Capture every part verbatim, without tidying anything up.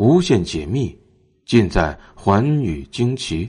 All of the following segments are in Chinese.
无限解密，尽在寰宇惊奇。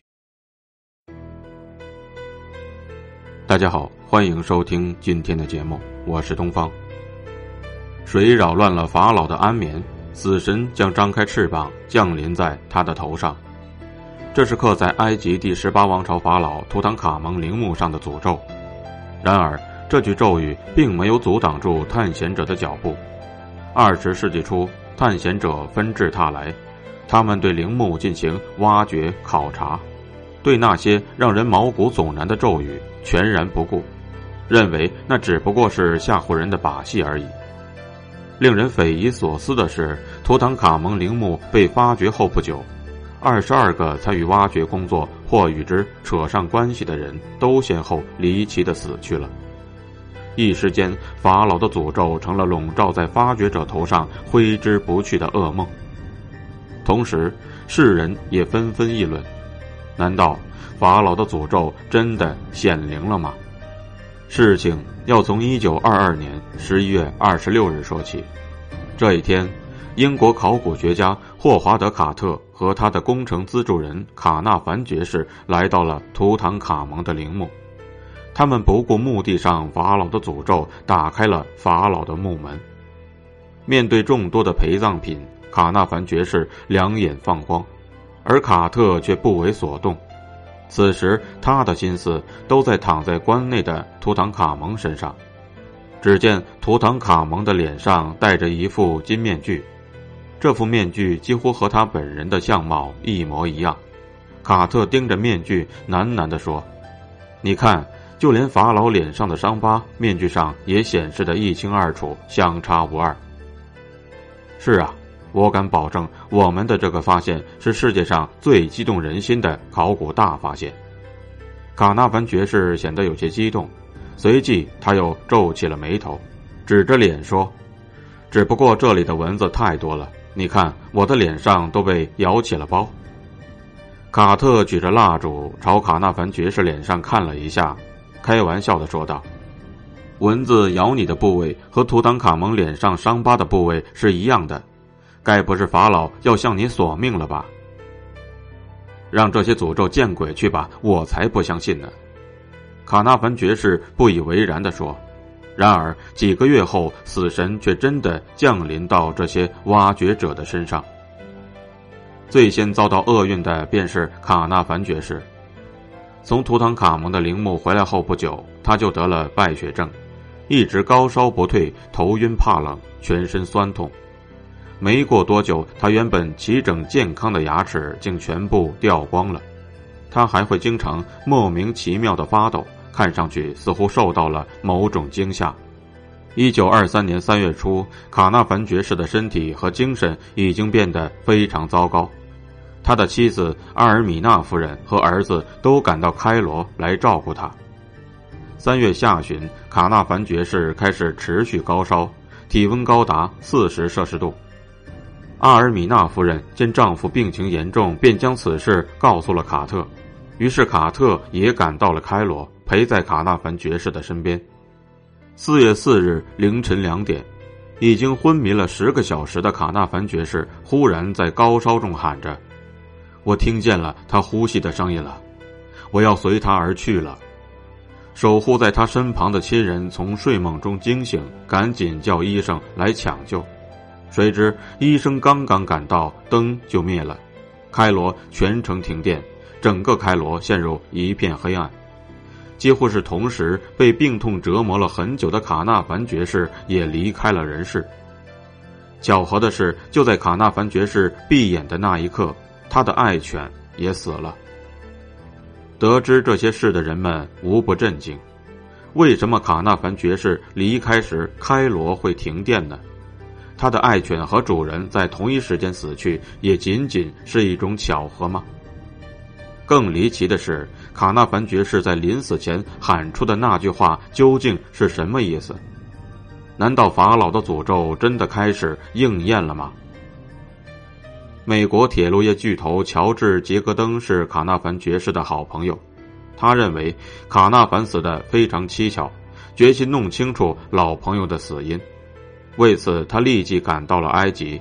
大家好，欢迎收听今天的节目，我是东方。水扰乱了法老的安眠，死神将张开翅膀降临在他的头上。这是刻在埃及第十八王朝法老图坦卡蒙陵墓上的诅咒。然而这句咒语并没有阻挡住探险者的脚步。二十世纪初，探险者纷至沓来，他们对陵墓进行挖掘考察，对那些让人毛骨悚然的咒语全然不顾，认为那只不过是吓唬人的把戏而已。令人匪夷所思的是，图坦卡蒙陵墓被发掘后不久，二十二个参与挖掘工作或与之扯上关系的人都先后离奇地死去了。一时间，法老的诅咒成了笼罩在发掘者头上挥之不去的噩梦。同时，世人也纷纷议论，难道法老的诅咒真的显灵了吗？事情要从一九二二年十一月二十六日说起。这一天，英国考古学家霍华德·卡特和他的工程资助人卡纳凡爵士来到了图坦卡蒙的陵墓。他们不顾墓地上法老的诅咒，打开了法老的墓门。面对众多的陪葬品，卡纳凡爵士两眼放光，而卡特却不为所动。此时他的心思都在躺在棺内的图坦卡蒙身上。只见图坦卡蒙的脸上戴着一副金面具，这副面具几乎和他本人的相貌一模一样。卡特盯着面具喃喃地说：“你看，就连法老脸上的伤疤，面具上也显示得一清二楚，相差无二。”是啊，我敢保证，我们的这个发现是世界上最激动人心的考古大发现。卡纳凡爵士显得有些激动，随即他又皱起了眉头，指着脸说：“只不过这里的蚊子太多了，你看我的脸上都被咬起了包。”卡特举着蜡烛朝卡纳凡爵士脸上看了一下，开玩笑地说道：“蚊子咬你的部位和图坦卡蒙脸上伤疤的部位是一样的，该不是法老要向你索命了吧？让这些诅咒见鬼去吧，我才不相信呢。”卡纳凡爵士不以为然地说。然而几个月后，死神却真的降临到这些挖掘者的身上。最先遭到厄运的便是卡纳凡爵士。从图坦卡蒙的陵墓回来后不久，他就得了败血症，一直高烧不退，头晕怕冷，全身酸痛。没过多久，他原本齐整健康的牙齿竟全部掉光了。他还会经常莫名其妙地发抖，看上去似乎受到了某种惊吓。一九二三年三月初，卡纳凡爵士的身体和精神已经变得非常糟糕。他的妻子阿尔米娜夫人和儿子都赶到开罗来照顾他。三月下旬，卡纳凡爵士开始持续高烧，体温高达四十摄氏度。阿尔米娜夫人见丈夫病情严重，便将此事告诉了卡特，于是卡特也赶到了开罗，陪在卡纳凡爵士的身边。四月四日凌晨两点，已经昏迷了十个小时的卡纳凡爵士忽然在高烧中喊着：“我听见了他呼吸的声音了，我要随他而去了。”守护在他身旁的亲人从睡梦中惊醒，赶紧叫医生来抢救。谁知医生刚刚赶到，灯就灭了，开罗全城停电，整个开罗陷入一片黑暗。几乎是同时，被病痛折磨了很久的卡纳凡爵士也离开了人世。巧合的是，就在卡纳凡爵士闭眼的那一刻，他的爱犬也死了。得知这些事的人们无不震惊，为什么卡纳凡爵士离开时开罗会停电呢？他的爱犬和主人在同一时间死去，也仅仅是一种巧合吗？更离奇的是，卡纳凡爵士在临死前喊出的那句话究竟是什么意思？难道法老的诅咒真的开始应验了吗？美国铁路业巨头乔治·杰格登是卡纳凡爵士的好朋友，他认为卡纳凡死得非常蹊跷，决心弄清楚老朋友的死因。为此，他立即赶到了埃及，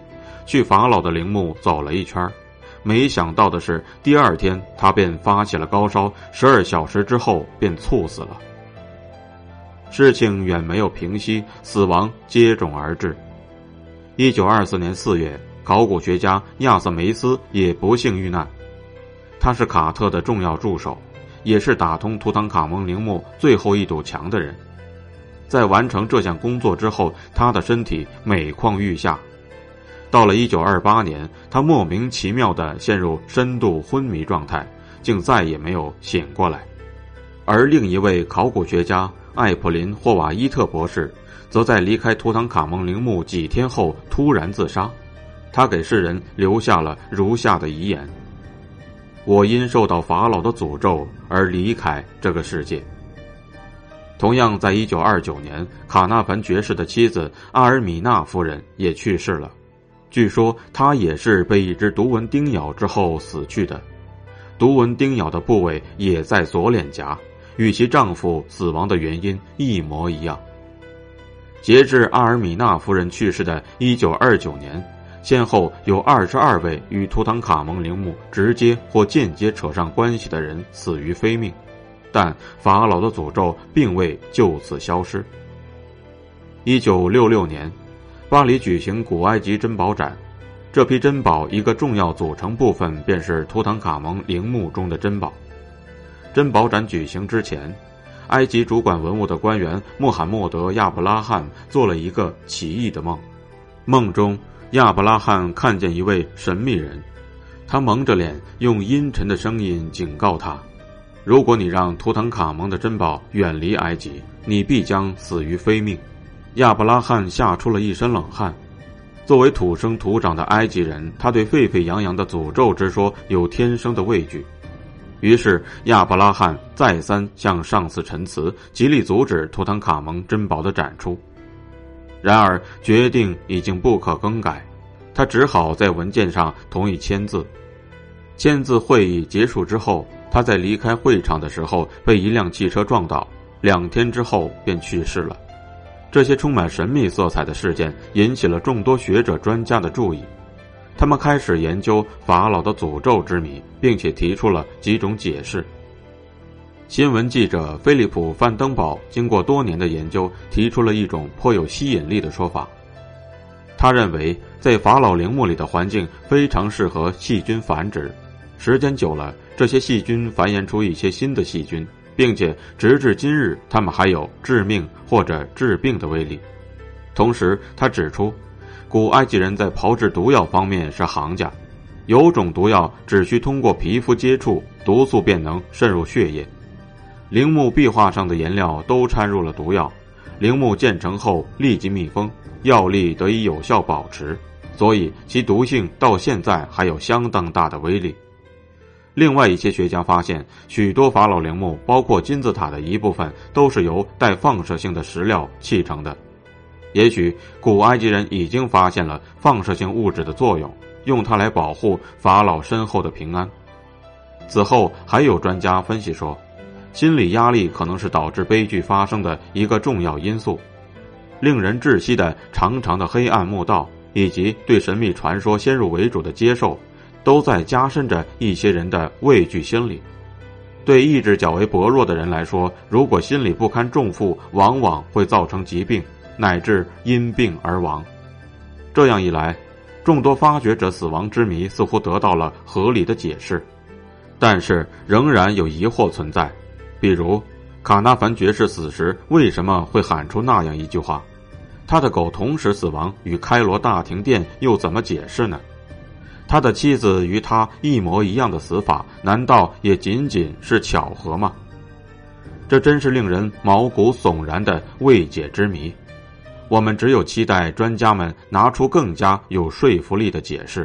去法老的陵墓走了一圈，没想到的是，第二天他便发起了高烧，十二小时之后便猝死了。事情远没有平息，死亡接踵而至。一九二四年四月，考古学家亚瑟梅斯也不幸遇难。他是卡特的重要助手，也是打通图坦卡蒙陵墓最后一堵墙的人。在完成这项工作之后，他的身体每况愈下。到了一九二八年，他莫名其妙地陷入深度昏迷状态，竟再也没有醒过来。而另一位考古学家艾普林·霍瓦伊特博士则在离开图坦卡蒙陵墓几天后突然自杀。他给世人留下了如下的遗言：我因受到法老的诅咒而离开这个世界。同样在一九二九年，卡纳凡爵士的妻子阿尔米娜夫人也去世了。据说她也是被一只毒蚊叮咬之后死去的。毒蚊叮咬的部位也在左脸颊，与其丈夫死亡的原因一模一样。截至阿尔米娜夫人去世的一九二九年，先后有二十二位与图坦卡蒙陵墓直接或间接扯上关系的人死于非命，但法老的诅咒并未就此消失。一九六六年，巴黎举行古埃及珍宝展，这批珍宝一个重要组成部分便是图坦卡蒙陵墓中的珍宝。珍宝展举行之前，埃及主管文物的官员穆罕默德·亚伯拉罕做了一个奇异的梦。梦中，亚伯拉罕看见一位神秘人，他蒙着脸，用阴沉的声音警告他：如果你让图坦卡蒙的珍宝远离埃及，你必将死于非命。亚伯拉罕吓出了一身冷汗。作为土生土长的埃及人，他对沸沸扬扬的诅咒之说有天生的畏惧。于是亚伯拉罕再三向上司陈词，极力阻止图坦卡蒙珍宝的展出。然而决定已经不可更改，他只好在文件上同意签字。签字会议结束之后，他在离开会场的时候被一辆汽车撞倒，两天之后便去世了。这些充满神秘色彩的事件引起了众多学者专家的注意，他们开始研究法老的诅咒之谜，并且提出了几种解释。新闻记者菲利普·范登堡经过多年的研究，提出了一种颇有吸引力的说法。他认为在法老陵墓里的环境非常适合细菌繁殖，时间久了，这些细菌繁衍出一些新的细菌，并且直至今日，它们还有致命或者治病的威力。同时他指出，古埃及人在炮制毒药方面是行家，有种毒药只需通过皮肤接触，毒素便能渗入血液。陵墓壁画上的颜料都掺入了毒药，陵墓建成后立即密封，药力得以有效保持，所以其毒性到现在还有相当大的威力。另外一些学家发现，许多法老陵墓，包括金字塔的一部分，都是由带放射性的石料砌成的。也许古埃及人已经发现了放射性物质的作用，用它来保护法老身后的平安。此后还有专家分析说，心理压力可能是导致悲剧发生的一个重要因素。令人窒息的长长的黑暗墓道，以及对神秘传说先入为主的接受，都在加深着一些人的畏惧心理。对意志较为薄弱的人来说，如果心理不堪重负，往往会造成疾病，乃至因病而亡。这样一来，众多发掘者死亡之谜似乎得到了合理的解释，但是仍然有疑惑存在。比如卡纳凡爵士死时为什么会喊出那样一句话？他的狗同时死亡，与开罗大停电又怎么解释呢？他的妻子与他一模一样的死法，难道也仅仅是巧合吗？这真是令人毛骨悚然的未解之谜。我们只有期待专家们拿出更加有说服力的解释。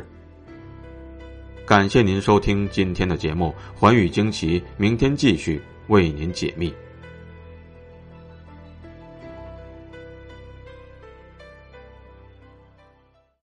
感谢您收听今天的节目，寰宇惊奇明天继续为您解密。